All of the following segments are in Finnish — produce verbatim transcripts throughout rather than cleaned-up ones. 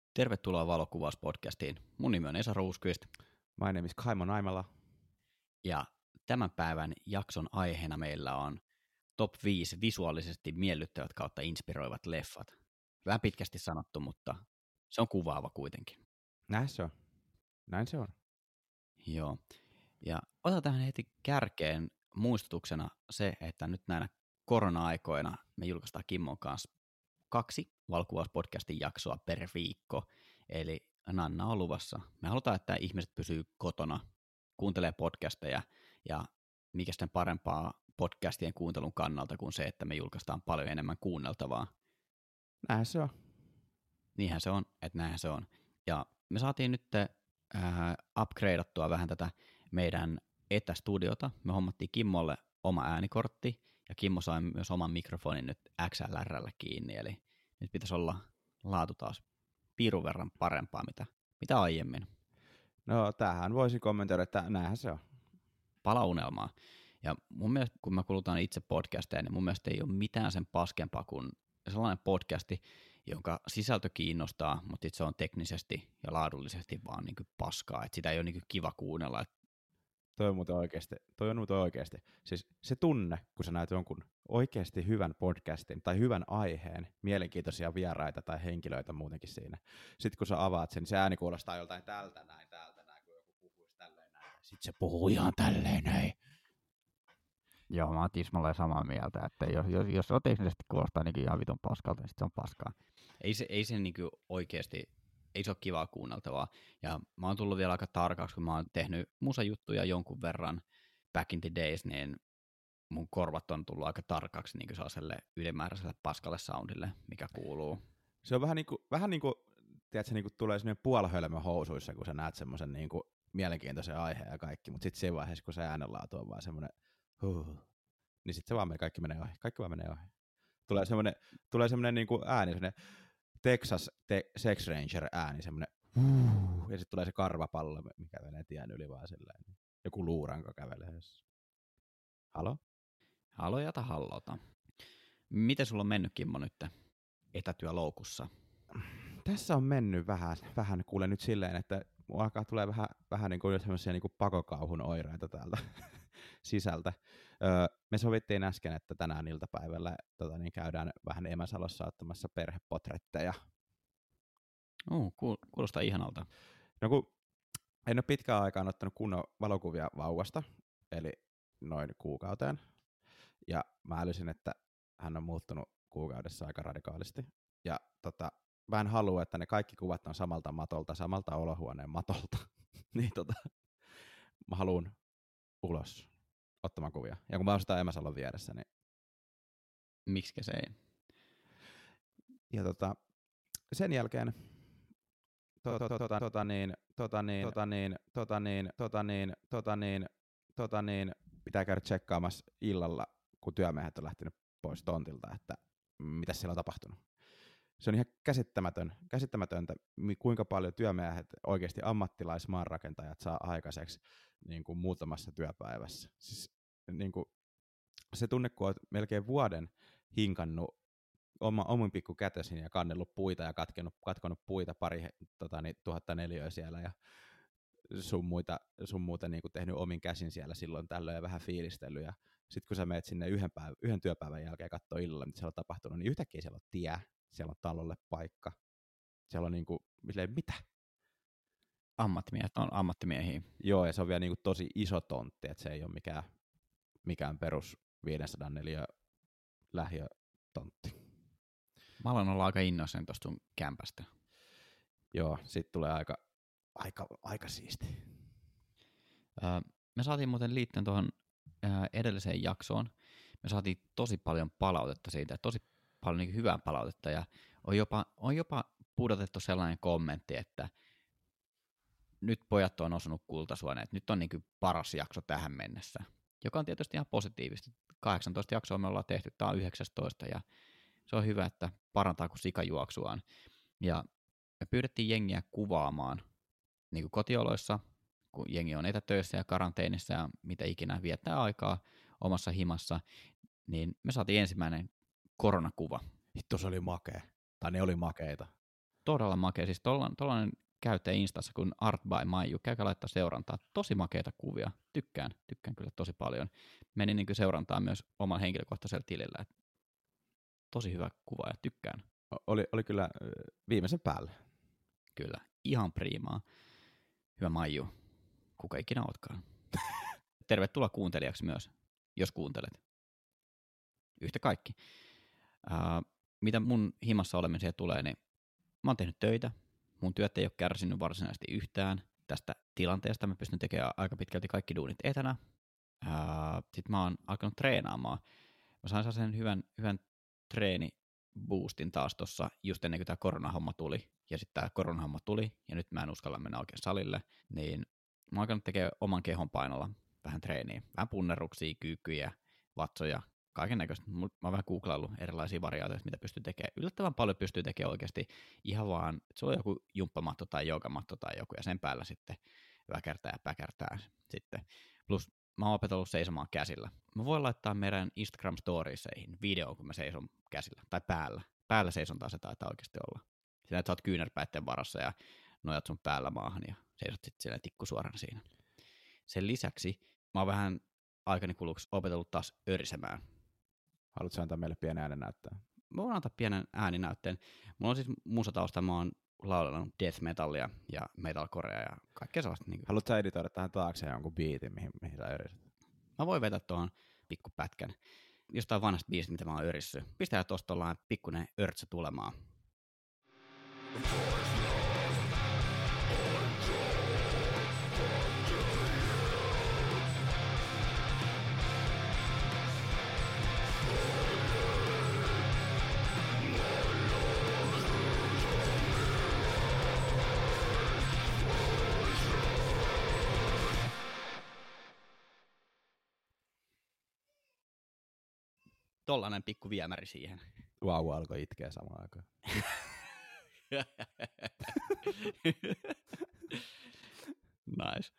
Tervetuloa Valokuvauspodcastiin. Mun nimi on Esa Ruuskvist. My name is Kaimo Naimala. Ja tämän päivän jakson aiheena meillä on top viisi visuaalisesti miellyttävät kautta inspiroivat leffat. Vähän pitkästi sanottu, mutta se on kuvaava kuitenkin. Näin se on. Näin se on. Joo. Ja otetaan tähän heti kärkeen muistutuksena se, että nyt näinä korona-aikoina me julkaistaan Kimmon kanssa kaksi Valokuvauspodcastin jaksoa per viikko. Eli Nanna on luvassa. Me halutaan, että ihmiset pysyy kotona, kuuntelee podcasteja, ja mikä sitten parempaa podcastien kuuntelun kannalta kuin se, että me julkaistaan paljon enemmän kuunneltavaa. Näin se on. Niinhän se on, että näinhän se on. Ja me saatiin nyt äh, upgradeattua vähän tätä meidän etästudiota. Me hommattiin Kimmolle oma äänikortti, ja Kimmo sai myös oman mikrofonin nyt X L R:llä kiinni, eli nyt pitäisi olla laatu taas piirun verran parempaa, mitä, mitä aiemmin. No tähän voisi kommentoida, että näinhän se on. Pala unelmaa. Ja mun mielestä, kun mä kulutan itse podcasteja, niin mun mielestä ei ole mitään sen paskempaa kuin sellainen podcasti, jonka sisältö kiinnostaa, mutta sit se on teknisesti ja laadullisesti vaan niin kuin paskaa, että sitä ei ole niin kuin kiva kuunnella. Toi on muuten oikeasti, toi on muuten oikeasti. Siis se tunne, kun sä näet jonkun oikeasti hyvän podcastin tai hyvän aiheen, mielenkiintoisia vieraita tai henkilöitä muutenkin siinä. Sitten kun sä avaat sen, niin se ääni kuulostaa joltain tältä näin, täältä näin, kun joku puhuisi tälleen näin. Sitten se puhuu ihan tälleen näin. Joo, mä oon tismalleen samaa mieltä, että jos, jos, jos on teknisesti kuulostaa niin ihan vitun paskalta, niin sit se on paskaa. Ei se, ei se niin kuin oikeasti, ei se ole kivaa kuunneltavaa. Ja mä oon tullut vielä aika tarkaksi, kun mä oon tehnyt musajuttuja jonkun verran back in the days, niin mun korvat on tullut aika tarkaksi niin kuin sellaiselle ylimääräiselle paskalle soundille, mikä kuuluu. Se on vähän niin kuin, vähän niin kuin tiedätkö, niin kuin tulee sellainen puolhölmö housuissa, kun sä näet semmoisen niin kuin mielenkiintoisen aiheen ja kaikki, mutta sitten siinä vaiheessa, kun se äänenlaatu on vaan semmoinen huh, niin sitten se vaan menee, kaikki menee ohi, kaikki vaan menee ohi. Tulee semmoinen, tulee semmoinen niin kuin ääni, semmoinen Texas te- Sex Ranger ääni, semmoinen huh, ja sitten tulee se karvapallo, mikä menee tien yli vaan silleen. Joku luuranko kävelee. Halo? Halojata hallota. Miten sulla on mennyt, Kimmo, nyt etätyöloukussa? Tässä on mennyt vähän, vähän kuule nyt silleen, että mulla alkaa tulee vähän, vähän niin kuin semmoisia niin kuin pakokauhun oireita täältä sisältä. Öö, me sovittiin äsken, että tänään iltapäivällä tota, niin käydään vähän Emäsalossa ottamassa perhepotretteja. Uh, kuulostaa ihanalta. No kun en ole pitkään aikaan ottanut kunnon valokuvia vauvasta, eli noin kuukauteen. Ja mä älysin, että hän on muuttunut kuukaudessa aika radikaalisti. Ja tota, mä en halua, että ne kaikki kuvat on samalta matolta, samalta olohuoneen matolta. niin tota, mä haluun ulos ottamaan kuvia. Ja kun mä oon sitä Emäsalon vieressä, niin... Miksikä se ei? Ja tota, sen jälkeen... Tota, tota, tota niin, tota niin, tota niin, tota niin, tota niin, tota niin, tota niin, pitää käydä tsekkaamassa illalla, kun työmiehet on lähtenyt pois tontilta, että mitä siellä on tapahtunut. Se on ihan käsittämätön, käsittämätöntä, kuinka paljon työmiehet, oikeasti ammattilaismaanrakentajat saa aikaiseksi niin kuin muutamassa työpäivässä. Siis, niin kuin, se tunne, kun olet melkein vuoden hinkannut oma, omin pikku kätösin ja kannellut puita ja katkenut, katkonut puita pari tota, niin, tuhatta neliöä siellä ja sun, muita, sun muuta niin kuin tehnyt omin käsin siellä silloin tällöin ja vähän fiilistellyt. Ja sitten kun sä menet sinne yhden, päivän, yhden työpäivän jälkeen katsoa illalla, mitä siellä on tapahtunut, niin yhtäkkiä siellä on tie, siellä on talolle paikka, siellä on niin kuin, mitä? Ammattimiehet on ammattimiehiä. Joo, ja se on vielä niin kuin tosi iso tontti, että se ei ole mikään, mikään perus viisisataa neliö lähiötontti. Mä olen ollut aika innoissani tuosta sun kämpästä. Joo, sit tulee aika, aika, aika siisti. Öö, me saatiin muuten liittyen tuohon öö, edelliseen jaksoon, me saatiin tosi paljon palautetta siitä, tosi paljon niin hyvää palautetta, ja on jopa, on jopa pudotettu sellainen kommentti, että nyt pojat on osunut kultasuoneen, että nyt on niin paras jakso tähän mennessä, joka on tietysti ihan positiivista. kahdeksantoista jaksoa me ollaan tehty, tämä on yhdeksäntoista, ja se on hyvä, että parantaa kuin sikajuoksuaan. Ja me pyydettiin jengiä kuvaamaan niin kuin kotioloissa, kun jengi on etätöissä ja karanteenissa ja mitä ikinä viettää aikaa omassa himassa, niin me saatiin ensimmäinen koronakuva. Hitto, se oli makea. Tai ne oli makeita. todella makea. Siis tollainen käyttäjä Instassa kuin Art by Maiju. Käykää laittaa seurantaa. Tosi makeita kuvia. Tykkään. Tykkään kyllä tosi paljon. Menin niin seurantaa myös oman henkilökohtaisella tilillä. Et tosi hyvä kuva ja tykkään. Oli, oli kyllä viimeisen päällä. Kyllä. Ihan priimaa. Hyvä Maiju. Kuka ikinä ootkaan. Tervetuloa kuuntelijaksi myös, jos kuuntelet. Yhtä kaikki. Uh, mitä mun himassa olemiseen tulee, niin mä oon tehnyt töitä. Mun työt ei ole kärsinyt varsinaisesti yhtään tästä tilanteesta. Mä pystyn tekemään aika pitkälti kaikki duunit etänä. Uh, Sitten mä oon alkanut treenaamaan. Mä sain sen hyvän, hyvän treeniboostin taas tossa just ennen kuin tää koronahomma tuli. Ja sitten tää koronahomma tuli, ja nyt mä en uskalla mennä oikein salille. Niin mä oon alkanut tekemään oman kehon painolla vähän treeniä. Vähän punnerruksia, kyykkyjä, vatsoja, kaiken näköistä. Mä oon vähän googlaillut erilaisia variaatioita, mitä pystyy tekemään. Yllättävän paljon pystyy tekemään oikeasti ihan vaan, että sulla on joku jumppamatto tai joogamatto tai joku, ja sen päällä sitten väkärtää ja päkärtää sitten. Plus mä oon opetellut seisomaan käsillä. Mä voin laittaa meidän Instagram-storieseihin videoon, kun mä seison käsillä, tai päällä. Päällä seisontaa se taitaa oikeasti olla. Sinä, että sä oot kyynärpäitten varassa ja nojat sun päällä maahan ja seisot sitten siellä tikkusuorana siinä. Sen lisäksi mä oon vähän aikani kuluksi opetellut taas örisemään. Haluatko antaa meille pienen äänen näyttää? Mä voin antaa pienen ääninäytteen. Mulla on siis musatausta, mä oon laulanut death metallia ja metalcorea ja kaikkea sellaista. Niin haluatko sä editoida tähän taakse jonkun biitin, mihin, mihin sä örisit? Mä voin vetää tuohon pikkupätkän. Jostain vanhasta biisistä, mitä mä oon örissy. Pistää tosta tollaan pikkunen örtsä tulemaan. Tollainen pikku viemäri siihen. Vauva alkoi itkeä samaan aikaan. Nice.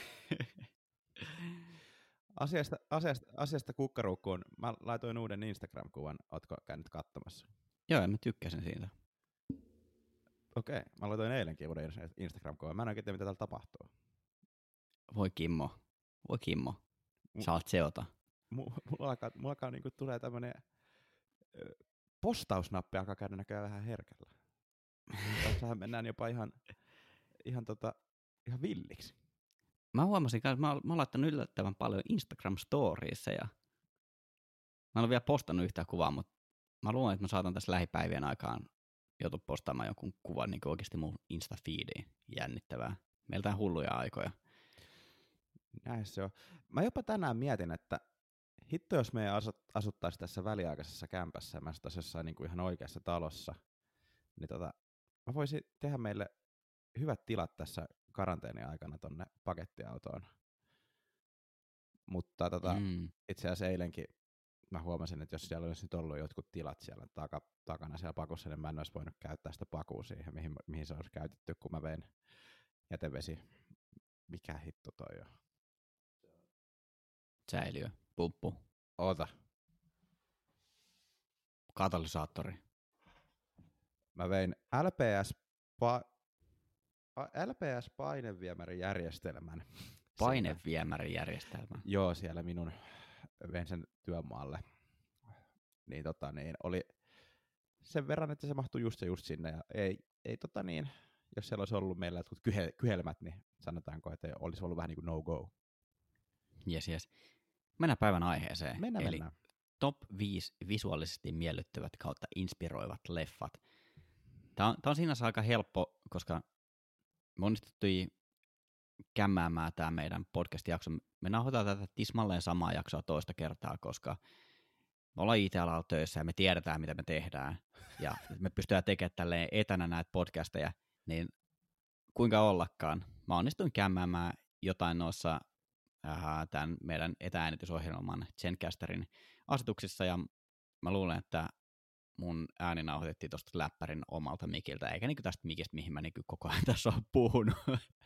Asiasta, asiasta, asiasta kukkaruukkuun. Mä laitoin uuden Instagram-kuvan. Ootko käynyt katsomassa? Joo, mä tykkäsin siitä. Okei, okay. Mä laitoin eilenkin uuden Instagram-kuvan. Mä en oikein tiedä, mitä täällä tapahtuu. Voi Kimmo. Voi Kimmo. Sä oot seota. Mulla alkaa, mulla alkaa niinku tulee tämmönen postausnappi alkaa käydä näköjään vähän herkällä. Tässähän mennään jopa ihan, ihan, tota, ihan villiksi. Mä huomasin, että mä, mä oon laittanut yllättävän paljon Instagram-storiissa ja mä en ole vielä postannut yhtään kuvaa, mutta mä luulen, että mä saatan tässä lähipäivien aikaan joutua postaamaan jonkun kuvan niin oikeasti mun Insta-feediin. Jännittävää. Meiltä on hulluja aikoja. Näin se on. Mä jopa tänään mietin, että hitto jos me asuttaisiin tässä väliaikaisessa kämpässä ja mä asuttaisiin jossain niin kuin ihan oikeassa talossa, niin tota, mä voisin tehdä meille hyvät tilat tässä karanteenin aikana tonne pakettiautoon. Mutta tota, mm. itse asiassa eilenkin mä huomasin, että jos siellä olisi nyt ollut jotkut tilat siellä taka, takana siellä pakussa, niin mä en olisi voinut käyttää sitä pakua siihen, mihin, mihin se olisi käytetty, kun mä vein jätevesi. Mikä hitto toi on? Säiliö, pumppu. Ota. Katalysaattori. Mä vein L P S, pa- L P S-paineviemärijärjestelmän. Paineviemärijärjestelmä? Joo, siellä minun vein sen työmaalle. Niin tota niin, oli sen verran, että se mahtui just se just sinne. Ja ei, ei tota niin, jos siellä olisi ollut meillä jotkut kyhel- kyhelmät, niin sanotaanko, että olisi ollut vähän niin kuin no go. Jes, jes. Mennään päivän aiheeseen. Mennään, Eli mennään. top viisi visuaalisesti miellyttävät kautta inspiroivat leffat. Tämä on, tämä on sinänsä aika helppo, koska me onnistuttiin kämmäämään tämä meidän podcast-jakso. Me nauhoitetaan tätä tismalleen samaa jaksoa toista kertaa, koska me ollaan I T-alalla töissä ja me tiedetään, mitä me tehdään. Ja me pystytään tekemään tälleen etänä näitä podcasteja, niin kuinka ollakaan. Mä onnistuin kämmäämään jotain noissa äh, tämän meidän etääänitysohjelman Zencasterin asetuksissa, ja mä luulen, että mun ääni nauhoitettiin tuosta läppärin omalta mikiltä, eikä niinku tästä mikistä, mihin mä niinku koko ajan tässä oon puhunut.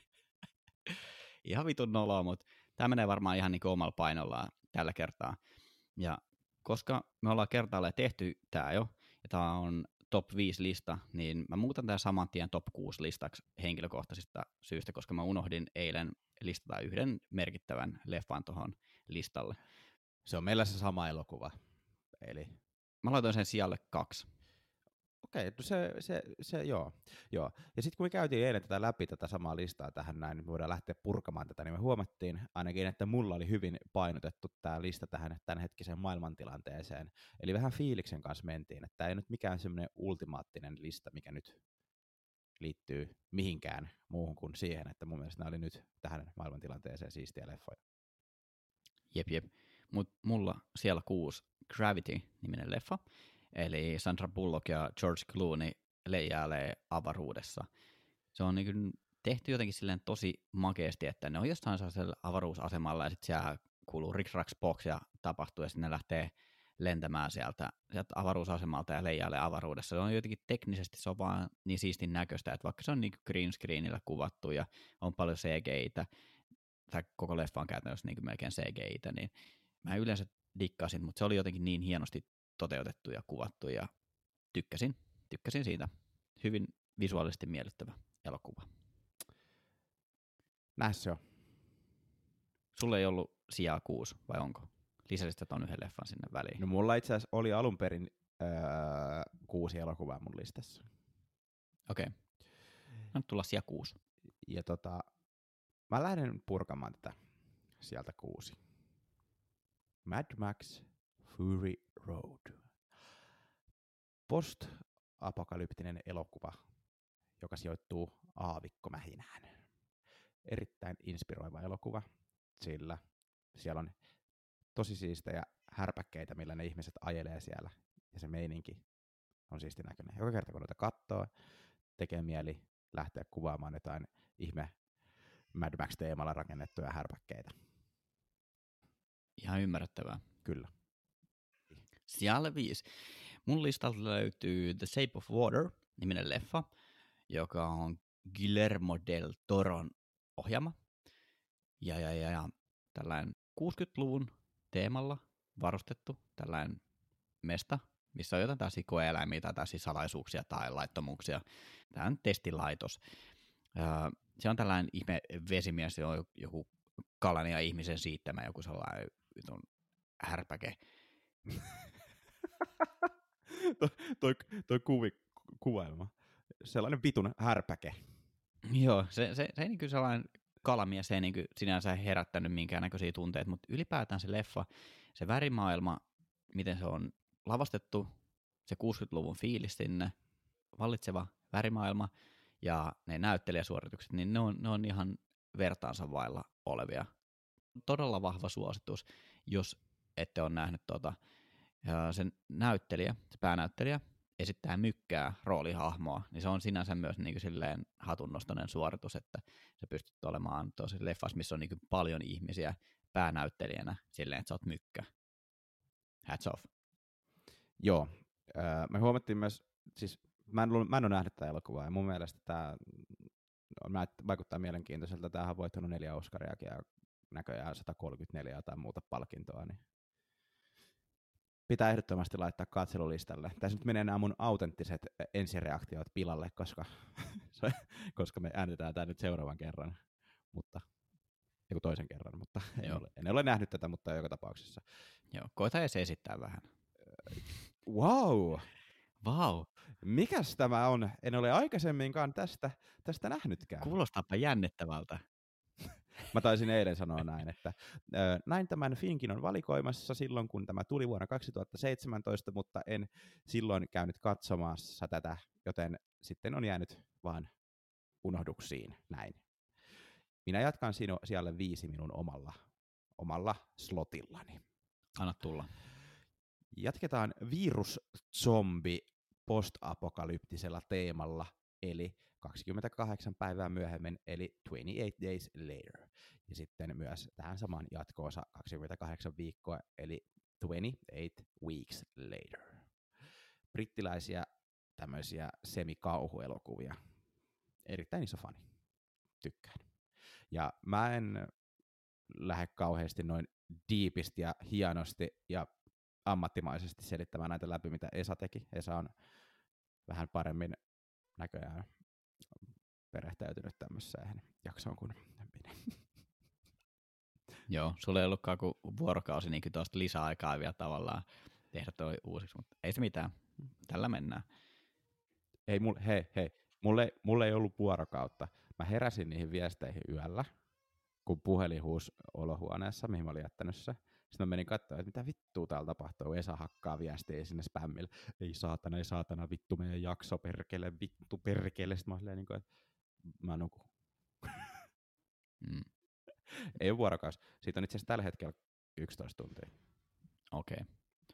Ihan vitun noloa, mutta tää menee varmaan ihan niinku omalla painollaan tällä kertaa. Ja koska me ollaan kertaalleen tehty tää jo, ja tää on top viisi lista, niin mä muutan tämän saman tien top kuusi listaksi henkilökohtaisista syystä, koska mä unohdin eilen listata yhden merkittävän leffan tuohon listalle. Se on meillä se sama elokuva. Eli Mä laitoin sen sijalle kaksi. okei, okay, se, se, se, joo. joo. Ja sitten kun me käytiin eilen tätä läpi, tätä samaa listaa tähän näin, niin me voidaan lähteä purkamaan tätä, niin me huomattiin ainakin, että mulla oli hyvin painotettu tämä lista tähän tämänhetkiseen maailmantilanteeseen. Eli vähän fiiliksen kanssa mentiin, että tämä ei nyt mikään semmoinen ultimaattinen lista, mikä nyt liittyy mihinkään muuhun kuin siihen, että mun mielestä nämä oli nyt tähän maailmantilanteeseen siistiä leffoja. Jep, jep. Mut mulla siellä kuusi Gravity-niminen leffa, eli Sandra Bullock ja George Clooney leijailee avaruudessa. Se on niin tehty jotenkin silleen tosi makeasti, että ne on jostain sellaisella avaruusasemalla ja sitten siellä kuuluu Rick Racks Box ja tapahtuu ja sitten ne lähtee lentämään sieltä, sieltä avaruusasemalta ja leijailee avaruudessa. Se on jotenkin teknisesti se on vaan niin siistin näköistä, että vaikka se on niin green screenillä kuvattu ja on paljon C G I-tä, tai koko leffa on käytännössä niin melkein C G I-tä, niin mä yleensä dikkasin, mutta se oli jotenkin niin hienosti toteutettu ja kuvattu ja tykkäsin, tykkäsin siitä. Hyvin visuaalisesti miellyttävä elokuva. Näin se on. Sulla ei ollut sijaa kuusi, vai onko? Lisäsit ton yhden leffan sinne väliin. No mulla itse asiassa oli alun perin öö, kuusi elokuvaa mun listassa. Okei. Okay. No tulla sija kuusi. Ja tota, mä lähden purkamaan tätä sieltä kuusi. Mad Max Fury Road. Post-apokalyptinen elokuva, joka sijoittuu aavikkomähinään. Erittäin inspiroiva elokuva, sillä siellä on tosi siistejä härpäkkeitä, millä ne ihmiset ajelee siellä, ja se meininki on siisti näköinen. Joka kerta kun noita katsoo, tekee mieli lähteä kuvaamaan jotain ihme Mad Max-teemalla rakennettuja härpäkkeitä. Ihan ymmärrettävää. Kyllä. Sijalle viisi. Mun listalta löytyy The Shape of Water-niminen leffa, joka on Guillermo del Toron ohjaama. Ja, ja, ja, ja tällainen kuusikymmentäluvun teemalla varustettu tällainen mesta, missä on jotain tällaisia koe-eläimiä tai tällaisia salaisuuksia tai laittomuuksia. Tämä on testilaitos. Se on tällainen ihme vesimies, se on joku kalan ja ihmisen siittämä, joku sellainen vitun härpäke. toi, toi, toi kuvi, kuvailma. Sellainen vitun härpäke. Joo, se, se, se ei niin sellainen kalamies, se ei niin sinänsä herättänyt minkäännäköisiä tunteita, mutta ylipäätään se leffa, se värimaailma, miten se on lavastettu, se kuusikymmentäluvun fiilis sinne, vallitseva värimaailma ja ne näyttelijäsuoritukset, niin ne on, ne on ihan vertaansa vailla olevia. Todella vahva suositus, jos ette ole nähnyt tuota, sen näyttelijä, se päänäyttelijä, esittää mykkää roolihahmoa, niin se on sinänsä myös niin kuin silleen hatunnostoinen suoritus, että sä pystyt olemaan tosi leffassa, missä on niin kuin paljon ihmisiä päänäyttelijänä silleen, että sä oot mykkä. Hats off. Joo. Öö, me huomattiin myös, siis mä en, mä en ole nähnyt tätä elokuvaa, ja mun mielestä tämä vaikuttaa mielenkiintoiselta. Tämähän on voittanut neljä Oscariakin ja näköjään sata kolmekymmentäneljä jotain muuta palkintoa, niin pitää ehdottomasti laittaa katselulistalle. Tässä nyt menee nämä mun autenttiset ensireaktiot pilalle, koska, koska me äänitetään tämä nyt seuraavan kerran, mutta joku toisen kerran, mutta en ole, en ole nähnyt tätä, mutta joka tapauksessa. Joo, koita edes esittää vähän. Wow! Wow! Mikäs tämä on? En ole aikaisemminkaan tästä, tästä nähnytkään. Kuulostaapa jännittävältä. Mä taisin eilen sanoa näin, että ö, näin tämän Finkin on valikoimassa silloin, kun tämä tuli vuonna kaksituhattaseitsemäntoista, mutta en silloin käynyt katsomassa tätä, joten sitten on jäänyt vaan unohduksiin näin. Minä jatkan sinu, siellä viisi minun omalla, omalla slotillani. Anna tulla. Jatketaan viruszombi post-apokalyptisella teemalla, eli kaksikymmentäkahdeksan päivää myöhemmin, eli twenty-eight days later. Ja sitten myös tähän samaan jatko-osa kaksikymmentäkahdeksan viikkoa, eli twenty-eight weeks later. Brittiläisiä tämmöisiä semikauhuelokuvia. Erittäin iso fani. Tykkään. Ja mä en lähde kauheasti noin diipisti ja hienosti ja ammattimaisesti selittämään näitä läpi, mitä Esa teki. Esa on vähän paremmin näköjään perehtäytynyt tämmöiseen jaksoon kuin minä. Joo, sulla ei ollutkaan kuin vuorokausi niin tuosta lisäaikaa vielä tavallaan tehdä toi uusiksi, mutta ei se mitään. Tällä mennään. Ei, mul, hei, hei, mulle, mulle ei ollut vuorokautta. Mä heräsin niihin viesteihin yöllä, kun puhelin huusi olohuoneessa, mihin mä olin jättänyt se. Sitten mä menin katsomaan, että mitä vittua täällä tapahtuu. Esa hakkaa viestiä sinne spämmille. Ei saatana, ei saatana, vittu meidän jakso, perkele, vittu perkele. Sitten mä olin niin kuin, että mä nukun. Mm. Ei ole vuorokausi. Siitä on itse asiassa tällä hetkellä yksitoista tuntia. Okei. Okay.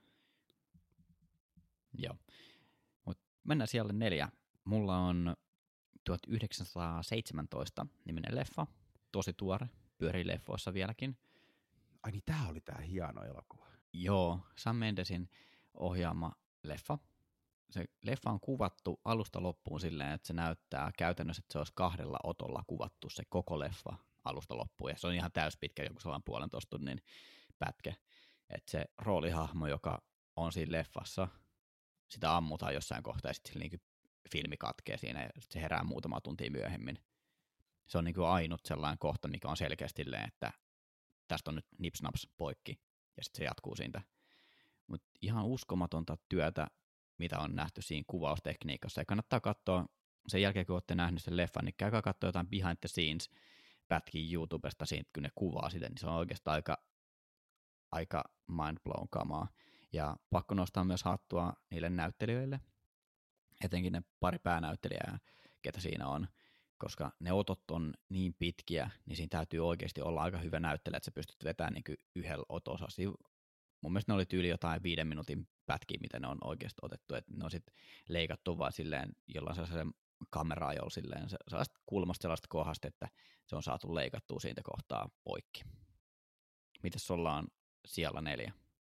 Joo. Mut mennään siellä neljä. Mulla on tuhatyhdeksänsataaseitsemäntoista niminen leffa. Tosi tuore. Pyörii leffoissa vieläkin. Ai niin, tää oli tää hieno elokuva. Joo, Sam Mendesin ohjaama leffa. Se leffa on kuvattu alusta loppuun silleen, että se näyttää käytännössä, että se olisi kahdella otolla kuvattu se koko leffa alusta loppuun. Ja se on ihan täyspitkä, joku sellainen puolentoista tunnin pätkä. Että se roolihahmo, joka on siinä leffassa, sitä ammutaan jossain kohtaa ja sitten niin filmi katkee siinä ja se herää muutama tuntia myöhemmin. Se on niin kuin ainut sellainen kohta, mikä on selkeästi silleen, että tästä on nyt nipsnaps poikki ja sitten se jatkuu siitä. Mutta ihan uskomatonta työtä, mitä on nähty siinä kuvaustekniikassa. Ja kannattaa katsoa, sen jälkeen kun olette nähneet sen leffan, niin käykää katsoa jotain behind the scenes pätkiä YouTubesta siitä, kun ne kuvaa sitä, niin se on oikeastaan aika, aika mindblown kamaa. Ja pakko nostaa myös hattua niille näyttelijöille, etenkin ne pari päänäyttelijää, ketä siinä on, koska ne otot on niin pitkiä, niin siinä täytyy oikeasti olla aika hyvä näyttelijä, että sä pystyt vetämään niin yhdellä otossa. Mun mielestä ne oli tyyli jotain viiden minuutin pätkiä, mitä ne on oikeasti otettu, että ne on sitten leikattu vaan silleen, jollain sellaisella kameraa, jolla silleen sellaista kulmasta sellaista kohdasta, että se on saatu leikattua siitä kohtaa poikki. Mitäs ollaan siellä neljä?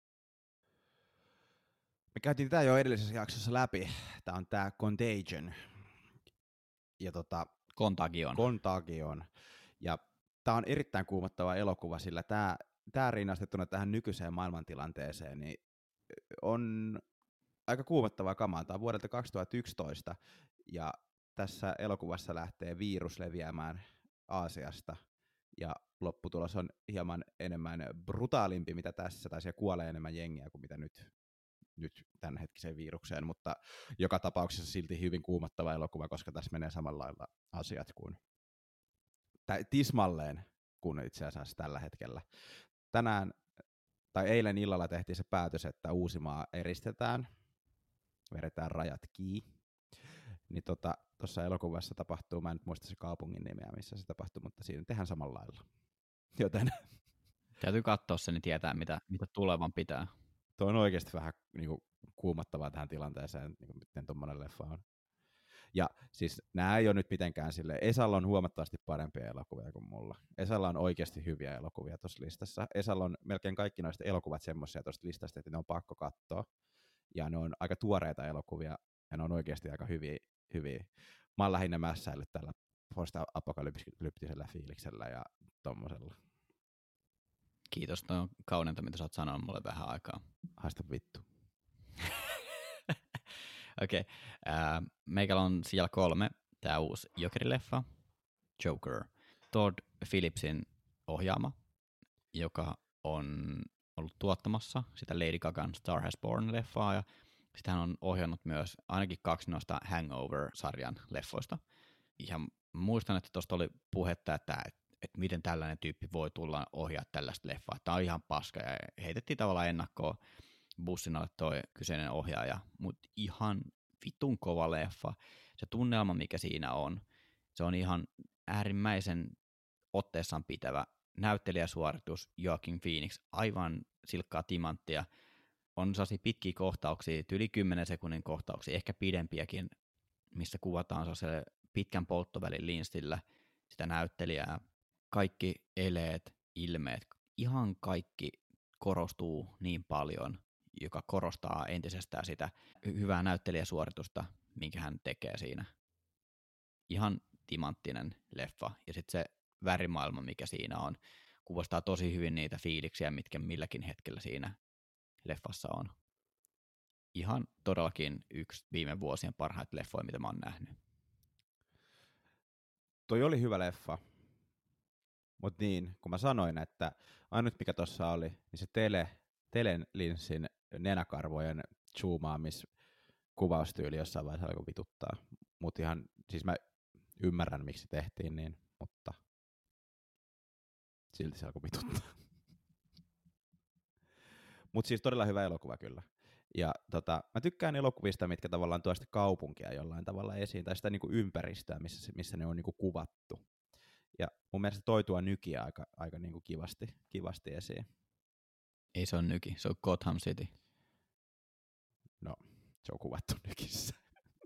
Me käytiin tätä jo edellisessä jaksossa läpi. Tää on tää Contagion. Ja tota, Contagion. Contagion. Ja tää on erittäin kuumottava elokuva, sillä tää, tää rinnastettuna tähän nykyiseen maailmantilanteeseen niin on aika kuumottavaa kamaa. Tää on vuodelta kaksituhattayksitoista ja tässä elokuvassa lähtee virus leviämään Aasiasta ja lopputulos on hieman enemmän brutaalimpi, mitä tässä, tai siellä kuolee enemmän jengiä kuin mitä nyt, nyt tämän hetkiseen virukseen, mutta joka tapauksessa silti hyvin kuumottava elokuva, koska tässä menee samalla lailla asiat kuin tismalleen kuin itse asiassa tällä hetkellä. Tänään tai eilen illalla tehtiin se päätös, että Uusimaa eristetään, vedetään rajat kiinni. Niin tuossa tota, elokuvassa tapahtuu, mä en nyt muista se kaupungin nimeä, missä se tapahtuu, mutta siinä tehdään samalla lailla. Joten täytyy katsoa se, niin tietää, mitä, mitä tulevan pitää. Tuo on oikeasti vähän niinku, kuumottavaa tähän tilanteeseen, niinku, miten tuommoinen leffa on. Ja siis nämä ei ole nyt mitenkään silleen, Esalla on huomattavasti parempia elokuvia kuin mulla. Esalla on oikeasti hyviä elokuvia tuossa listassa. Esalla on melkein kaikki noista elokuvat semmoisia tuosta listasta, että ne on pakko katsoa. Ja ne on aika tuoreita elokuvia, ja ne on oikeasti aika hyviä. hyviä. Mä oon lähinnä mässäillyt tällä post-apokalyptisellä fiiliksellä ja tommosella. Kiitos, toi on kauneinta, mitä sä oot sanonut mulle vähän aikaa. Haista vittu. Okei, okay. äh, meikällä on siellä kolme, tää uusi Jokerileffa, Joker, Todd Phillipsin ohjaama, joka on ollut tuottamassa sitä Lady Gagan Star Has Born-leffaa, ja sitten hän on ohjannut myös ainakin kaksi noista Hangover-sarjan leffoista. Ja muistan, että tuosta oli puhetta, että, että, että miten tällainen tyyppi voi tulla ohjaa tällaista leffaa. Tämä on ihan paska, ja heitettiin tavallaan ennakkoon bussin alle toi kyseinen ohjaaja, mutta ihan vitun kova leffa. Se tunnelma, mikä siinä on, se on ihan äärimmäisen otteessaan pitävä näyttelijäsuoritus, Joaquin Phoenix, aivan silkkaa timanttia. On sellaisia pitkiä kohtauksia, yli kymmenen sekunnin kohtauksia, ehkä pidempiäkin, missä kuvataan sellaiselle pitkän polttovälin linstillä sitä näyttelijää. Kaikki eleet, ilmeet, ihan kaikki korostuu niin paljon, joka korostaa entisestään sitä hyvää näyttelijäsuoritusta, minkä hän tekee siinä. Ihan timanttinen leffa. Ja sitten se värimaailma, mikä siinä on, kuvastaa tosi hyvin niitä fiiliksiä, mitkä milläkin hetkellä siinä leffassa on. ihan todellakin yksi viime vuosien parhaita leffoja, mitä mä oon nähnyt. Toi oli hyvä leffa. Mut niin, kun mä sanoin, että ainut mikä tossa oli, niin se tele, telelinssin nenäkarvojen zoomaamis-kuvaustyyli jossain vaiheessa alkoi vituttaa. Mut ihan, siis mä ymmärrän miksi tehtiin niin, mutta silti se alkoi vituttaa. Mut siis todella hyvä elokuva kyllä. Ja tota, mä tykkään elokuvista, mitkä tavallaan tuo sitä kaupunkia jollain tavalla esiin, tai sitä niinku ympäristöä, missä, missä ne on niinku kuvattu. Ja mun mielestä toi tuo nykiä aika, aika niinku kivasti, kivasti esiin. Ei se on nyki, se on Gotham City. No, se on kuvattu nykissä.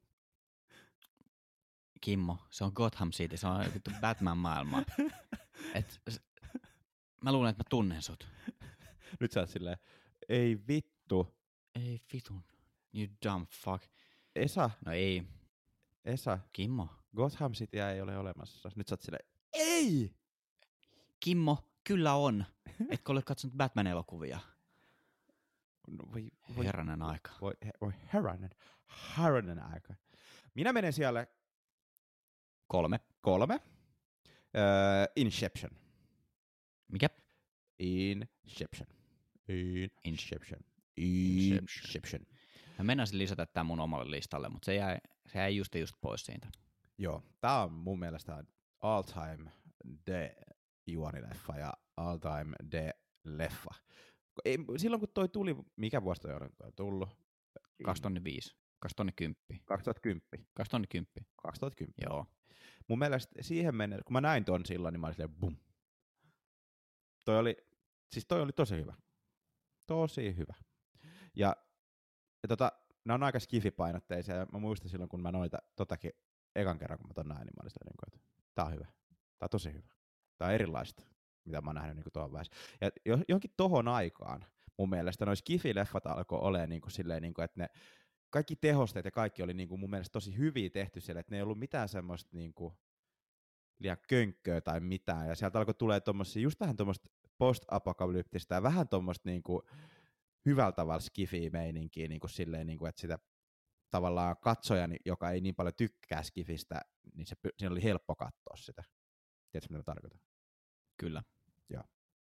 Kimmo, se on Gotham City, se on vittu Batman-maailma. Et, mä luulen, että mä tunnen sut. Nyt sä oot silleen, ei vittu. Ei vitun, you dumb fuck. Esa, No ei, Esa, Kimmo. Gotham Cityä ei ole olemassa. Nyt sä oot silleen, ei! Kimmo, kyllä on. Etkö ole katsonut Batman-elokuvia? No, voi, voi, Herranen aika. Voi, he, voi herranen, herranen aika. Minä menen siellä Kolme. kolme. Öö, Inception. Mikä? Inception. Inception. Inception. Inception. Mä meinasin lisätä tämän mun omalle listalle, mutta se jäi, se jäi just just pois siitä. Joo, tää on mun mielestä all time de juonileffa ja all time de leffa. Ei, silloin kun toi tuli, mikä vuosi toi on toi tullut? kaksituhattaviisi. kaksituhattakymmenen. kaksituhattakymmenen. kaksituhattakymmenen. kaksituhattakymmenen. Joo. Mun mielestä siihen mennessä, kun mä näin ton silloin, niin mä olin silleen bum. Toi oli, siis toi oli tosi hyvä. Tosi hyvä. Ja, ja tota, nämä on aika skifipainotteisia, ja mä muistan silloin, kun mä noita totakin ekan kerran, kun mä ton näin, niin mä olin silleen, että tää on hyvä. Tää on tosi hyvä. Tää on erilaista, mitä mä oon nähnyt niin tuohon väessä. Ja johonkin tohon aikaan, mun mielestä noi skifi-leffat alkoi olemaan niin kuin silleen, niin kuin, että ne kaikki tehosteet ja kaikki oli niin kuin mun mielestä tosi hyviä tehty siellä, että ne ei ollut mitään semmoista niin kuin liian könkköä tai mitään. Ja sieltä alkoi tulee tommosia, just vähän tommoista post-apokalyptista ja vähän tommoista niin kuin hyvällä tavalla skifi-meininkiä, niin kuin silleen, niin kuin, että sitä tavallaan katsojan, joka ei niin paljon tykkää skifistä, niin se, siinä oli helppo katsoa sitä. Tiedätkö, mitä mä tarkoitan? Kyllä. Joo.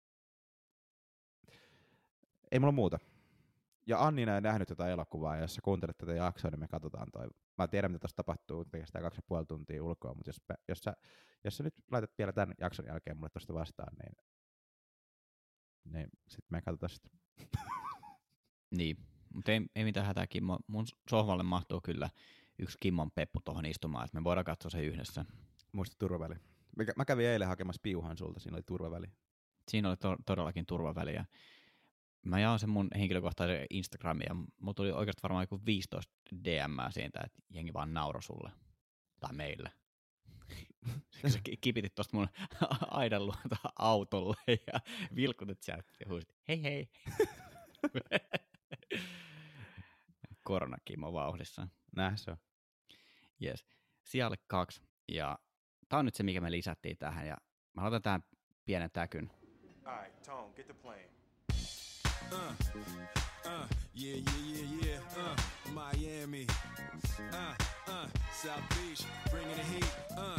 Ei mulla muuta. Ja Annina ei nähnyt tätä elokuvaa, ja jos sä kuuntelet tätä jaksoa, niin me katsotaan toi. Mä tiedän, mitä tuossa tapahtuu, pelkästään kaksi ja puoli tuntia ulkoa, mutta jos, jos, sä, jos sä nyt laitat vielä tämän jakson jälkeen mulle tuosta vastaan, niin, niin sitten me katsotaan sitä. Niin, mutta ei, ei mitään hätää, Kimmo. Mun sohvalle mahtuu kyllä yksi Kimmon peppu tuohon istumaan, että me voidaan katsoa se yhdessä. Muista turvaväli. Mä kävin eilen hakemassa piuhan sulta, siinä oli turvaväli. Siinä oli to- todellakin turvaväliä. Mä jaan sen mun henkilökohtaisen Instagramiin, ja mulla tuli oikeasti varmaan joku viisitoista D M:ää siitä, että jengi vaan nauroi sulle. Tai meille. Sä kipitit tosta mun aidan luota autolle ja vilkutit sieltä ja huusit, hei hei. Koronakimmo vauhdissa. Näin se on. Yes. Sijalle kaksi. Ja tää on nyt se, mikä me lisättiin tähän. Ja mä laitan tähän pienen täkyn. Alright, Tone, get the plane. Uh, uh, yeah, yeah, yeah, yeah, uh, Miami, uh, uh, South Beach, bringing the heat, uh.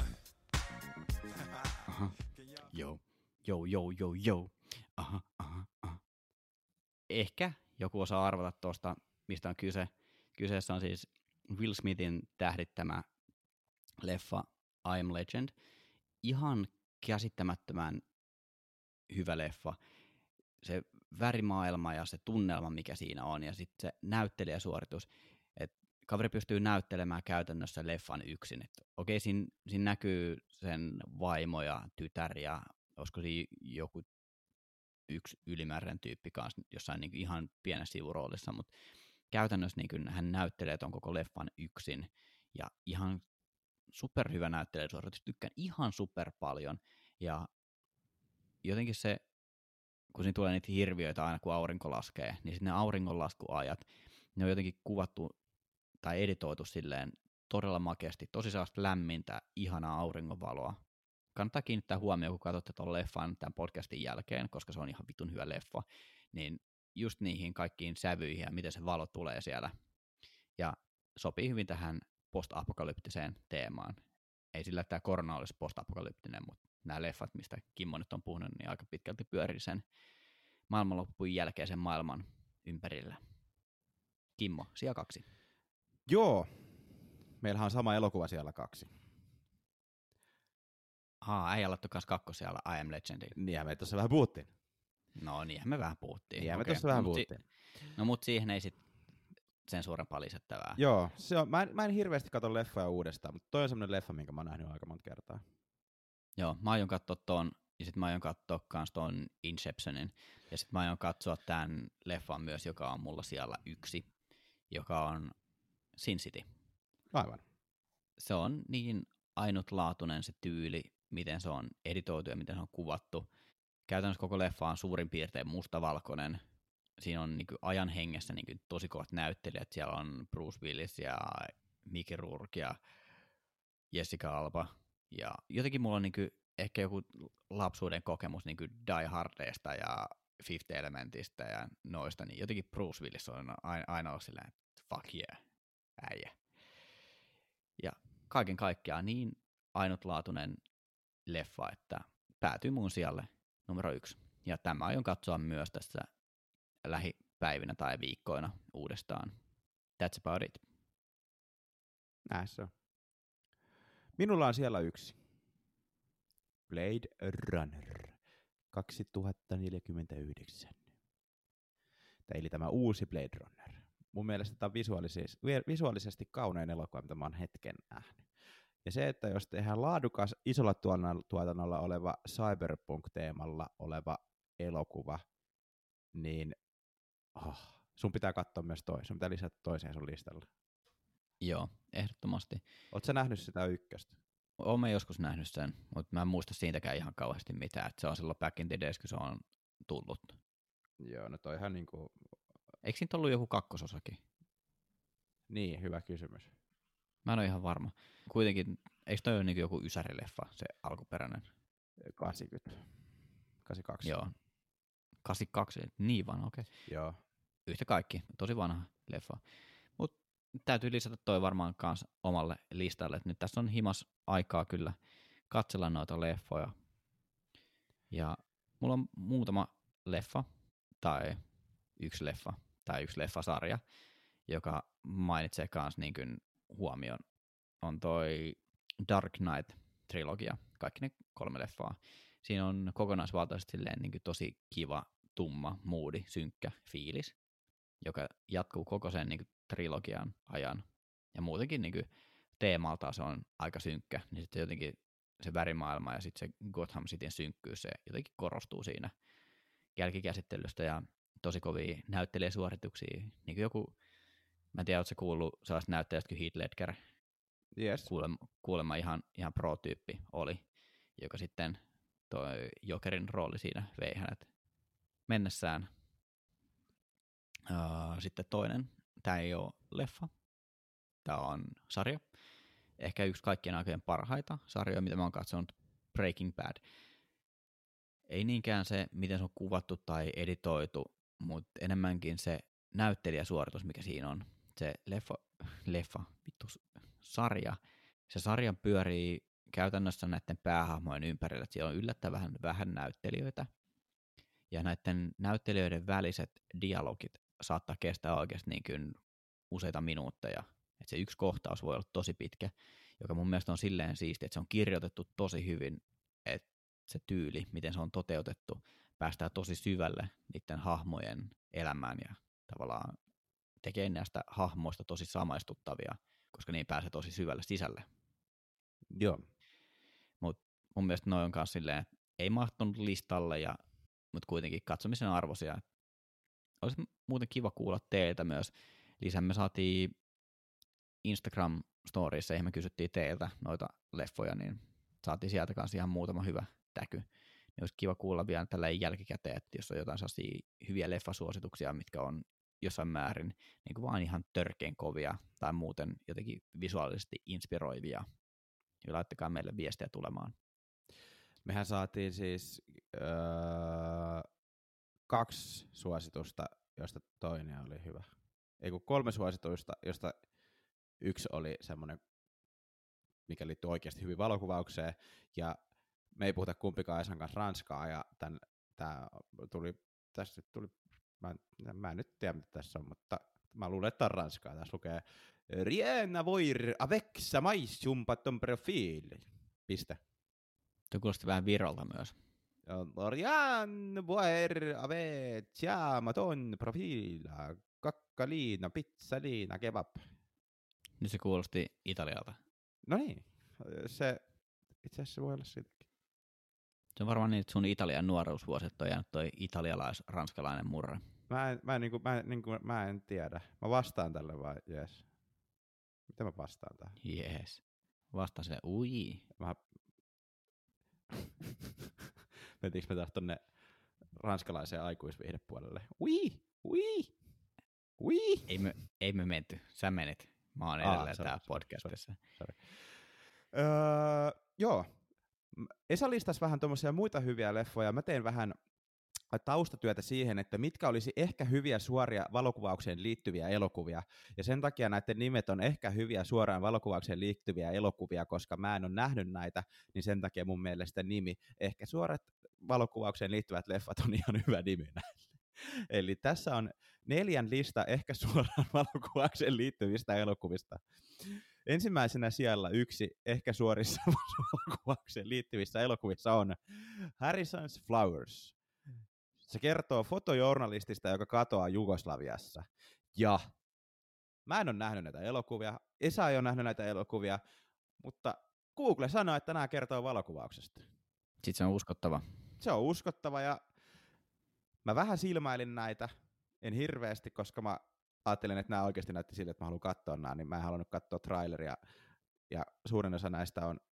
Aha. Joo, joo, joo, joo, joo. Aha, aha, aha. Ehkä joku osaa arvata tuosta, mistä on kyse. Kyseessä on siis Will Smithin tähdittämä leffa I Am Legend. Ihan käsittämättömän hyvä leffa. Se värimaailma ja se tunnelma, mikä siinä on, ja sitten se näyttelijäsuoritus, että kaveri pystyy näyttelemään käytännössä leffan yksin. Et okei, siinä, siinä näkyy sen vaimo ja tytär, ja olisiko siinä joku yksi ylimääräinen tyyppi kanssa jossain niin ihan pienessä sivuroolissa, mutta käytännössä niin hän näyttelee ton koko leffan yksin, ja ihan superhyvä näyttelijäsuoritus, tykkään ihan super paljon, ja jotenkin se, kun siinä tulee niitä hirviöitä aina, kun aurinko laskee, niin sitten ne auringonlaskuajat, ne on jotenkin kuvattu tai editoitu silleen todella makeasti, tosi sellaista lämmintä, ihanaa auringonvaloa. Kannattaa kiinnittää huomioon, kun katsotte tuon leffan tämän podcastin jälkeen, koska se on ihan vitun hyvä leffa, niin just niihin kaikkiin sävyihin ja miten se valo tulee siellä ja sopii hyvin tähän post-apokalyptiseen teemaan. Ei sillä, että tämä korona olisi post-apokalyptinen, mutta nämä leffat, mistä Kimmo nyt on puhunut, niin aika pitkälti pyörii sen maailmanloppujen jälkeisen maailman ympärillä. Kimmo, sija kaksi. Joo, meillähän on sama elokuva siellä kaksi. Aa, ei alattu kanssa kakkosijalla I Am Legendin. Niinhän me tuossa vähän puhuttiin. No niinhän me vähän puhuttiin. Niinhän me Okei. tuossa vähän no, puhuttiin. Si- no mut siihen ei sit sen suurempaa lisättävää. Joo, se on, mä, en, mä en hirveästi katso leffoja uudestaan, mutta toi on semmonen leffa, minkä mä oon nähnyt aika monta kertaa. Joo, mä aion katsoa ton, ja sit mä aion katsoa kans ton Inceptionin, ja sit mä aion katsoa tän leffan myös, joka on mulla siellä yksi, joka on Sin City. Aivan. Se on niin ainutlaatuinen se tyyli, miten se on editoitu ja miten se on kuvattu. Käytännössä koko leffa on suurin piirtein mustavalkoinen. Siinä on niin kuin ajan hengessä niin kuin tosi kovat näyttelijät. Siellä on Bruce Willis ja Mickey Rourke ja Jessica Alba. Ja jotenkin mulla on niin kuin ehkä joku lapsuuden kokemus niin kuin Die Hardista ja Fifth Elementistä ja noista. Niin jotenkin Bruce Willis on aina, aina ollut silleen, että fuck yeah, äijä. Ja kaiken kaikkiaan niin ainutlaatuinen leffa, että päätyy mun sijalle numero yksi. Ja tämä aion katsoa myös tässä lähipäivinä tai viikkoina uudestaan. That's about it. Näin se on. Minulla on siellä yksi. Blade Runner kaksituhattaneljäkymmentäyhdeksän. Eli tämä uusi Blade Runner. Mun mielestä tämä on visuaalisesti, visuaalisesti kaunein elokuva, mitä mä oon hetken nähnyt. Ja se, että jos tehdään laadukas, isolla tuotannolla oleva cyberpunk-teemalla oleva elokuva, niin oh, sun pitää katsoa myös toi. Sun pitää lisätä toiseen sun listalla. Joo, ehdottomasti. Ootko sä nähnyt sitä ykköstä? Oon mä joskus nähnyt sen, mutta mä en muista siitäkään ihan kauheasti mitään. Että se on silloin back in the days, kun se on tullut. Joo, no toihan niinku... Eikö siitä ollut joku kakkososakin? Niin, hyvä kysymys. Mä en ole ihan varma. Kuitenkin, eikö toi ole niin joku ysärileffa, se alkuperäinen? kahdeksankymmentä. kahdeksankymmentäkaksi. Joo. kahdeksankymmentäkaksi, niin vanha, okei. Okay. Joo. Yhtä kaikki, tosi vanha leffa. Mut täytyy lisätä toi varmaan kans omalle listalle, että nyt tässä on himas aikaa kyllä katsella noita leffoja. Ja mulla on muutama leffa, tai yksi leffa, tai yksi leffasarja, joka mainitsee kans niin kuin huomion, on toi Dark Knight-trilogia, kaikki ne kolme leffaa. Siinä on kokonaisvaltaisesti silleen niin kuin tosi kiva, tumma, moodi, synkkä fiilis, joka jatkuu koko sen niin kuin trilogian ajan. Ja muutenkin niin kuin teemaltaan se on aika synkkä, niin sitten jotenkin se värimaailma ja sitten se Gotham Cityn synkkyys, se jotenkin korostuu siinä jälkikäsittelystä ja tosi kovia näyttelijäsuorituksia. Niin kuin joku, mä en tiedä, ootko sä kuullut sellaista näyttelijästä kuin Heath Ledger, Yes. kuulemma, kuulemma ihan, ihan pro-tyyppi oli, joka sitten toi Jokerin rooli siinä vei hänet mennessään. Uh, sitten toinen, tämä ei ole leffa, tämä on sarja. Ehkä yksi kaikkien aikojen parhaita sarjoja, mitä mä oon katsonut, Breaking Bad. Ei niinkään se, miten se on kuvattu tai editoitu, mutta enemmänkin se näyttelijäsuoritus, mikä siinä on. Se leffa, leffa vittu, sarja. Se sarja pyörii käytännössä näiden päähahmojen ympärillä, että siellä on yllättävän vähän näyttelijöitä. Ja näiden näyttelijöiden väliset dialogit saattaa kestää oikeasti niin kuin useita minuutteja. Että se yksi kohtaus voi olla tosi pitkä, joka mun mielestä on silleen siisti, että se on kirjoitettu tosi hyvin, että se tyyli, miten se on toteutettu, päästään tosi syvälle niiden hahmojen elämään ja tavallaan tekee näistä hahmoista tosi samaistuttavia, koska niin pääsee tosi syvälle sisälle. Joo. Mut mun mielestä noin on kanssa silleen, että ei mahtunut listalle, ja, mutta kuitenkin katsomisen arvoisia. Olisi muuten kiva kuulla teiltä myös. Lisää me saatiin Instagram-storissa, eihän me kysyttiin teiltä noita leffoja, niin saatiin sieltä kanssa ihan muutama hyvä täky. Niin olisi kiva kuulla vielä tällä jälkikäteen, että jos on jotain sellaisia hyviä leffasuosituksia, mitkä on jossain määrin niin kuin vaan ihan törkeän kovia tai muuten jotenkin visuaalisesti inspiroivia, niin laittakaa meille viestiä tulemaan. Mehän saatiin siis öö, kaksi suositusta, joista toinen oli hyvä. ei kun kolme suosituista, josta yksi oli semmoinen, mikä liittyy oikeasti hyvin valokuvaukseen, ja me ei puhuta kumpikaan Esan kanssa ranskaa, ja tän, tää tuli, tässä tuli, mä en, mä en nyt tiedä mitä tässä on, mutta mä luulen, että on ranskaa. Tässä lukee Rien à voir avec sa maisum ton profil. Piste. Tuo kuulosti vähän Virolta myös. Rien à voir avec sa ton profil. Kakkaliina, pizzaliina, kebab. Nyt se kuulosti Italialta. No niin, se itse asiassa voi olla siitäkin. Se on varmaan niin, että sun Italian nuoruusvuoset on jäänyt toi italialais-ranskalainen murre. Mä en, mä, en, niinku, mä, en, niinku, mä en tiedä. Mä vastaan tälle vai jees. Miten mä vastaan tähän? Jees. Vastaan sille, ui. Mä... Mentiinkö me taas tonne ranskalaiseen aikuisviihdepuolelle? Ui! Ui! Ui! Ei me, ei me menty. Sä menet. Mä oon Aa, edelleen sorry, täällä sorry, podcastissa. Sorry. Öö, joo. Esa listasi vähän tommosia muita hyviä leffoja. Mä tein vähän taustatyötä siihen, että mitkä olisi ehkä hyviä suoria valokuvaukseen liittyviä elokuvia. Ja sen takia näiden nimet on ehkä hyviä suoraan valokuvaukseen liittyviä elokuvia, koska mä en ole nähnyt näitä, niin sen takia mun mielestä nimi, ehkä suorat valokuvaukseen liittyvät leffat on ihan hyvä nimi näille. Eli tässä on neljän lista ehkä suoraan valokuvaukseen liittyvistä elokuvista. Ensimmäisenä siellä yksi ehkä suorissa valokuvaukseen liittyvissä elokuvissa on Harrison's Flowers. Se kertoo fotojournalistista, joka katoaa Jugoslaviassa. Ja mä en ole nähnyt näitä elokuvia, Esa ei ole nähnyt näitä elokuvia, mutta Google sanoo, että nämä kertoo valokuvauksesta. Sitten se on uskottava. Se on uskottava ja mä vähän silmäilin näitä, en hirveästi, koska mä ajattelin, että nämä oikeasti näytti sille, että mä haluan katsoa nämä, niin mä en halunnut katsoa traileria. Ja suurin osa näistä on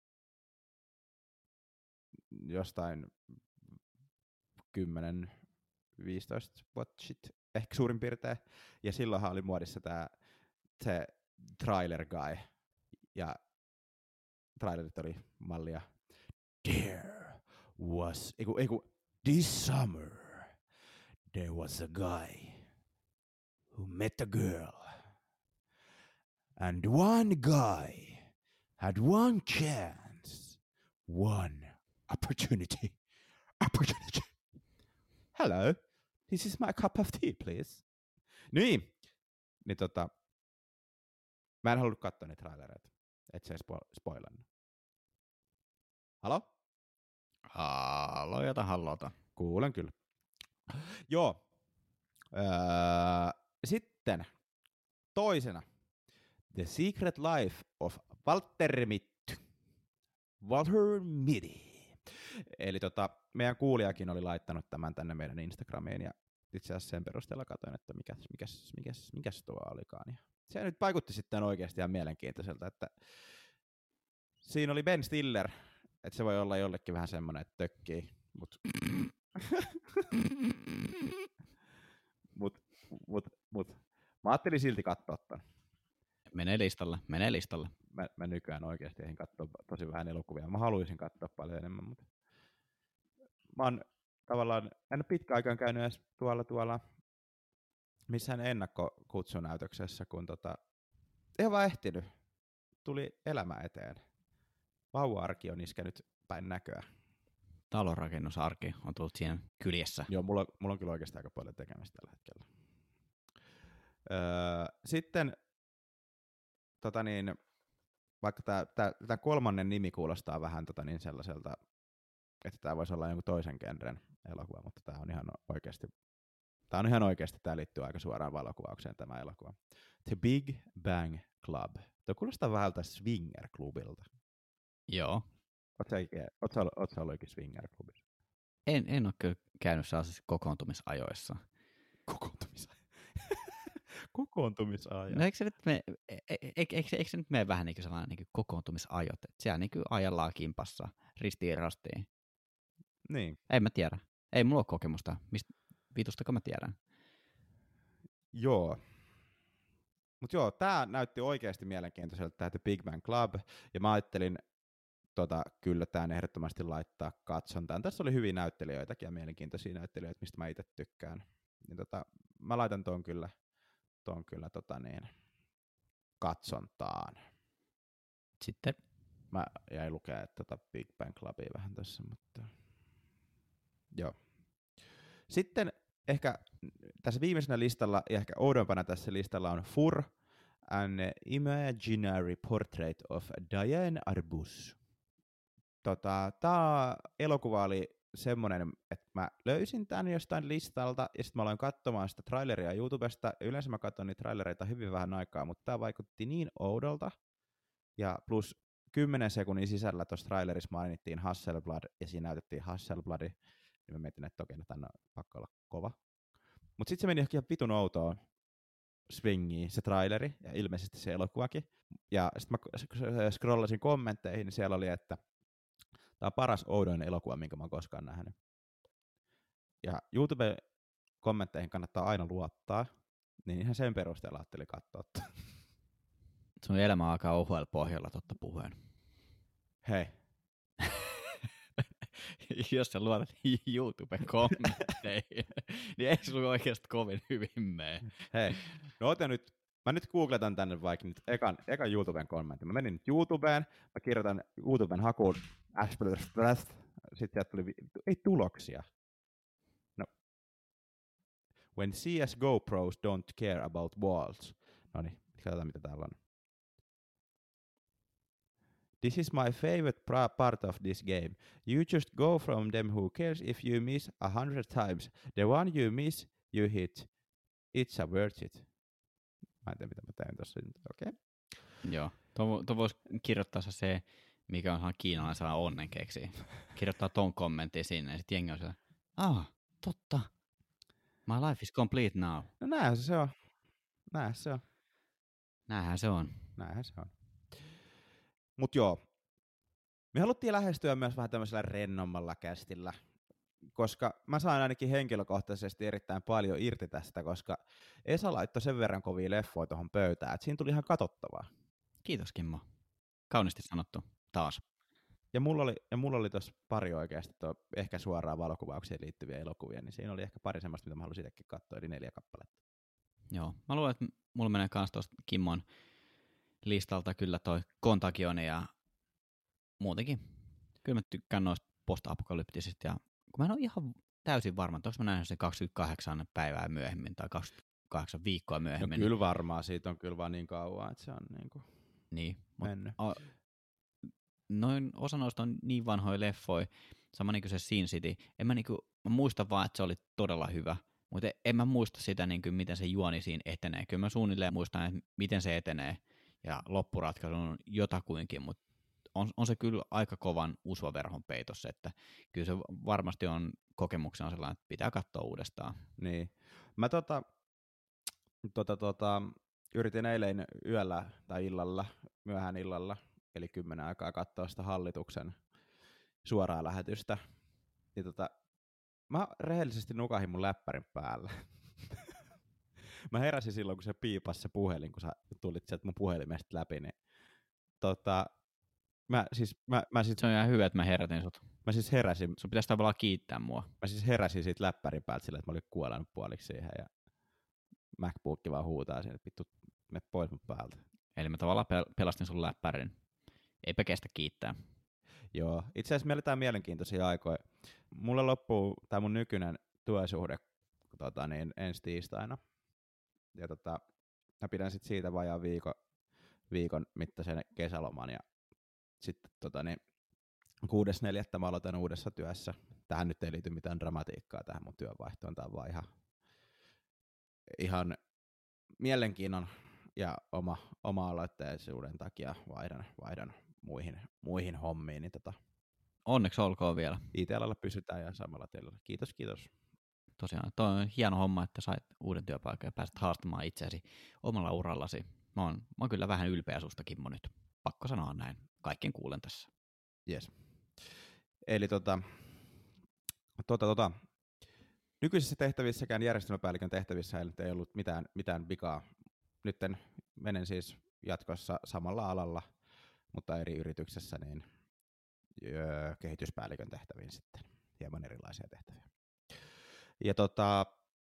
jostain kymmenen viisitoista watchit, ehkä suurin piirtein. Ja silloinhan oli muodissa tää se trailer guy. Ja trailerit oli mallia. There was, eiku, eiku, this summer there was a guy who met a girl. And one guy had one chance, one opportunity. Opportunity. Hello, this is my cup of tea, please. Niin, niin tota, mä en halunnut katsoa niitä trailereita, et se ei spo- spoilannut. Halo? Halo, jota hallota. Kuulen kyllä. Joo. Öö, sitten toisena. The Secret Life of Walter Mitty. Walter Mitty. Eli tota, meidän kuulijakin oli laittanut tämän tänne meidän Instagramiin ja itse asiassa sen perusteella katsoin, että mikäs, mikäs, mikäs, mikäs tuo olikaan. Ja se nyt vaikutti sitten oikeasti ihan mielenkiintoiselta, että siinä oli Ben Stiller, että se voi olla jollekin vähän semmoinen, että tökkii, mut mut, mut, mut mä ajattelin silti katsoa ton. Menee listalle, menee listalle. Mä, mä nykyään oikeasti eihin katsoa tosi vähän elokuvia. Mä haluaisin katsoa paljon enemmän, mutta mä oon tavallaan, en ole pitkä aikaan käynyt edes tuolla tuolla missään ennakkokutsunäytöksessä, kun tota, ei vaan ehtinyt. Tuli elämä eteen. Vauva-arki on iskenyt päin näköä. Talonrakennusarki on tullut siinä kyljessä. Joo, mulla, mulla on kyllä oikeastaan aika paljon tekemistä tällä hetkellä. Öö, sitten tota niin, vaikka tämä kolmannen nimi kuulostaa vähän tota niin sellaiselta, että tämä voisi olla jonkun toisen genren elokuva, mutta tämä on ihan oikeasti, tämä on ihan oikeasti, tämä liittyy aika suoraan valokuvaukseen tämä elokuva. The Big Bang Club. Tuo kuulostaa vähän Swinger-klubilta. Joo. Oletko sä ollut ikinä Swinger-klubissa? En, en ole kyllä käynyt sellaisissa kokoontumisajoissa. Kokoontumisajoissa? Kokoontumisajoissa? No eikö se nyt mene, e, e, eikö, eikö, eikö se nyt mene vähän niin kuin sellainen niin kuin kokoontumisajot, että siellä niin kuin ajellaan kimpassa ristiin rastiin? Niin. En mä tiedä. Ei mulla ole kokemusta. Mistä vitustako mä tiedän? Joo. Mut joo, tää näytti oikeasti mielenkiintoiselta, tää The Big Bang Club, ja mä ajattelin tota, kyllä tämän ehdottomasti laittaa katsontaan. Tässä oli hyviä näyttelijöitäkin ja mielenkiintoisia näyttelijöitä, mistä mä itse tykkään. Niin tota, mä laitan tuon kyllä ton kyllä tota niin, katsontaan. Sitten Mä jäin lukea tota Big Bang Clubia vähän tässä, mutta joo. Sitten ehkä tässä viimeisenä listalla ja ehkä oudompana tässä listalla on Fur, An Imaginary Portrait of Diane Arbus. Tota, tää elokuva oli semmonen, että mä löysin tän jostain listalta ja sitten mä aloin katsomaan sitä traileria YouTubesta. Yleensä mä katson niitä trailereita hyvin vähän aikaa, mutta tää vaikutti niin oudolta. Ja plus kymmenen sekunnin sisällä tuossa trailerissa mainittiin Hasselblad ja siinä näytettiin Hasselbladi. Niin mä mietin, että okei, no tän on pakko olla kova. Mut sit se meni ihan vitun outoon swingiin, se traileri ja ilmeisesti se elokuvakin. Ja sit mä scrollasin kommentteihin, niin siellä oli, että tää on paras oudoin elokuva, minkä mä oon koskaan nähnyt. Ja YouTube-kommentteihin kannattaa aina luottaa, niin ihan sen perusteella ajattelin katsoa. sun elämä alkaa ohuella pohjalla totta puheen. Hei. Jos sä luotat YouTube-kommentteihin, niin ei sulla oikeasti kovin hyvin mene. Hei, no otan nyt, mä nyt googletan tänne vaikka nyt ekan, ekan YouTuben kommentin. Mä menin nyt YouTubeen, mä kirjoitan YouTuben hakuun, sitten sieltä tuli, ei tuloksia. No. When C S G O pros don't care about walls. No niin, katsotaan mitä täällä on. This is my favorite part of this game. You just go from them who cares if you miss a hundred times. The one you miss, you hit. It's a worth it. Mä en tiedä, mitä mä tein tossa. Okei. Okay. Joo. Tuo, tuo voisi kirjoittaa se, mikä on kiinalainen sana onnen keksii. Kirjoittaa ton kommentin sinne, ja sitten jengi on siellä, ah, totta. My life is complete now. No näinhän se on. Näinhän se on. Näinhän se on. Näinhän se on. Mut joo, me haluttiin lähestyä myös vähän tämmöisellä rennommalla kästillä, koska mä saan ainakin henkilökohtaisesti erittäin paljon irti tästä, koska Esa laittoi sen verran kovia leffoja tuohon pöytään, että siinä tuli ihan katsottavaa. Kiitos Kimmo. Kauniisti sanottu taas. Ja mulla oli, ja mulla oli tossa pari oikeasti tuo ehkä suoraan valokuvaukseen liittyviä elokuvia, niin siinä oli ehkä pari semmoista, mitä mä halusin itsekin katsoa, eli neljä kappaletta. Joo, mä luulen, että mulla menee kans tuosta Kimmon listalta kyllä toi Contagion ja muutenkin. Kyllä mä tykkään noista post-apokalyptisista ja kun mä en ole ihan täysin varma, että onko mä nähnyt sen kaksikymmentäkahdeksan päivää myöhemmin tai kaksikymmentäkahdeksan viikkoa myöhemmin. No kyllä varmaan, siitä on kyllä vaan niin kauan, että se on niinku niin, mennyt. A, noin osa noista on niin vanhoja leffoja, sama niin kuin se Sin City. En mä, niinku, mä muistan vaan, että se oli todella hyvä, mutta en mä muista sitä, niin kuin, miten se juoni siinä etenee. Kyllä mä suunnilleen muistan, että miten se etenee. Ja loppuratkaisu on jotakuinkin, mutta on, on se kyllä aika kovan usvaverhon peitossa, että kyllä se varmasti on kokemuksena sellainen, että pitää katsoa uudestaan. Niin. Mä tota, tota, tota, yritin eilen yöllä tai illalla, myöhään illalla, eli kymmenen aikaa katsoa sitä hallituksen suoraa lähetystä. Niin tota, mä rehellisesti nukahin mun läppärin päällä. Mä heräsin silloin, kun se piipasi se puhelin, kun sä tulit sieltä mun puhelimesta läpi, niin tota, mä siis, mä, mä siis, se on ihan hyvä, että mä herätin sut. Mä siis heräsin. Sun pitäisi tavallaan kiittää mua. Mä siis heräsin siitä läppärin päältä sillä, että mä olin kuollut puoliksi siihen ja MacBook vaan huutaa siinä, että vittu, mene pois mun päältä. Eli mä tavallaan pel- pelastin sun läppärin. Eipä kestä kiittää. Joo, itse asiassa me eletään mielenkiintoisia aikoja. Mulla loppuu tää mun nykyinen työsuhde tota niin, ensi tiistaina. Ja tota, mä pidän sit siitä vajaa viikon, viikon mittaisen kesäloman ja sitten tota niin, kuudes neljättä mä aloitan uudessa työssä. Tähän nyt ei liity mitään dramatiikkaa tähän mun työnvaihtoon, tää on vaan ihan, ihan mielenkiinnon ja oma, oma-aloitteisuuden takia vaihdan, vaihdan muihin, muihin hommiin. Niin tota, onneksi olkoon vielä. I T-alalla pysytään ihan samalla tiellä. Kiitos, kiitos. Tosiaan, toi on hieno homma, että sait uuden työpaikan ja pääset haastamaan itseäsi omalla urallasi. Mä oon, mä oon kyllä vähän ylpeä susta, Kimmo, nyt. Pakko sanoa näin. Kaikkien kuulen tässä. Yes. Eli tota, tota, tota, nykyisissä tehtävissäkään järjestelmäpäällikön tehtävissä ei, ei ollut mitään, mitään vikaa. Nyt menen siis jatkossa samalla alalla, mutta eri yrityksessä niin öö, kehityspäällikön tehtäviin sitten. Hieman erilaisia tehtäviä. Ja tota,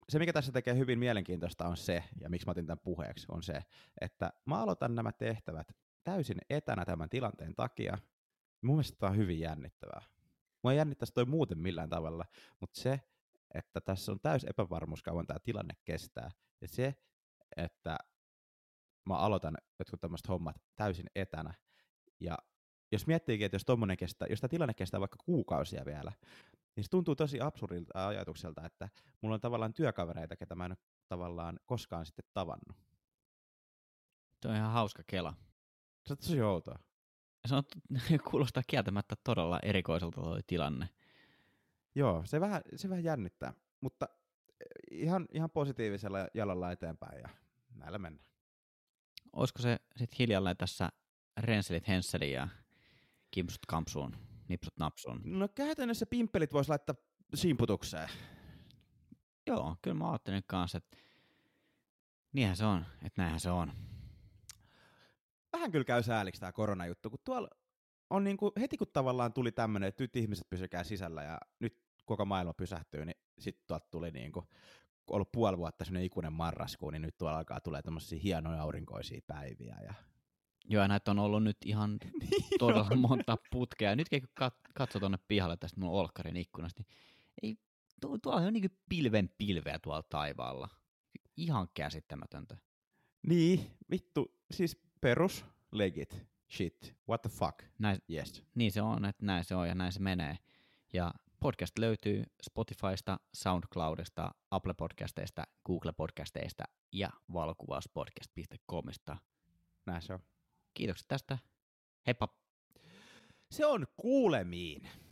se, mikä tässä tekee hyvin mielenkiintoista on se, ja miksi mä otin tämän puheeksi, on se, että mä aloitan nämä tehtävät täysin etänä tämän tilanteen takia. Mun mielestä tämä on hyvin jännittävää. Mua ei jännittäisi toi muuten millään tavalla, mutta se, että tässä on täys epävarmuus, kauan tämä tilanne kestää, ja se, että mä aloitan jotkut tämmöiset hommat täysin etänä, ja jos miettiikin, että jos tommonen kestää, jos tämä tilanne kestää vaikka kuukausia vielä, niin se tuntuu tosi absurdilta ajatukselta, että mulla on tavallaan työkavereita, ketä mä en ole tavallaan koskaan sitten tavannut. Se on ihan hauska kela. Se on tosi outoa. Se on, kuulostaa kieltämättä todella erikoiselta tuo tilanne. Joo, se vähän, se vähän jännittää, mutta ihan, ihan positiivisella jalalla eteenpäin ja näillä mennään. Olisiko se sitten hiljalleen tässä renselit hensseliin ja kimpsut kampsuun, nipsut napsuun? No käytännössä pimppelit vois laittaa simputukseen. Joo, kyllä mä ajattelin kanssa, että niinhän se on, että näinhän se on. Vähän kyllä käy sääliksi tää koronajuttu, kun tuolla on niinku, heti kun tavallaan tuli tämmönen, että nyt ihmiset pysykää sisällä ja nyt koko maailma pysähtyy, niin sit tuolta tuli niinku, ollut puoli vuotta semmonen ikuinen marraskuu, niin nyt tuolla alkaa tulee tommosia hienoja aurinkoisia päiviä. Ja... Joo, näitä on ollut nyt ihan niin todella on. monta putkea. Nytkin kun kat- katsoo tonne pihalle tästä mun olkkarin ikkunasta, niin ei, tu- tuolla on niinku pilven pilveä tuolla taivaalla. Ihan käsittämätöntä. Niin, vittu, siis perus, legit, shit, what the fuck, Näin, yes. niin se on, että näin se on ja näin se menee. Ja podcast löytyy Spotifysta, SoundCloudista, Apple Podcasteista, Google Podcasteista ja valokuvauspodcast piste comista. Näin se on. Kiitokset tästä. Heippa! Se on kuulemiin.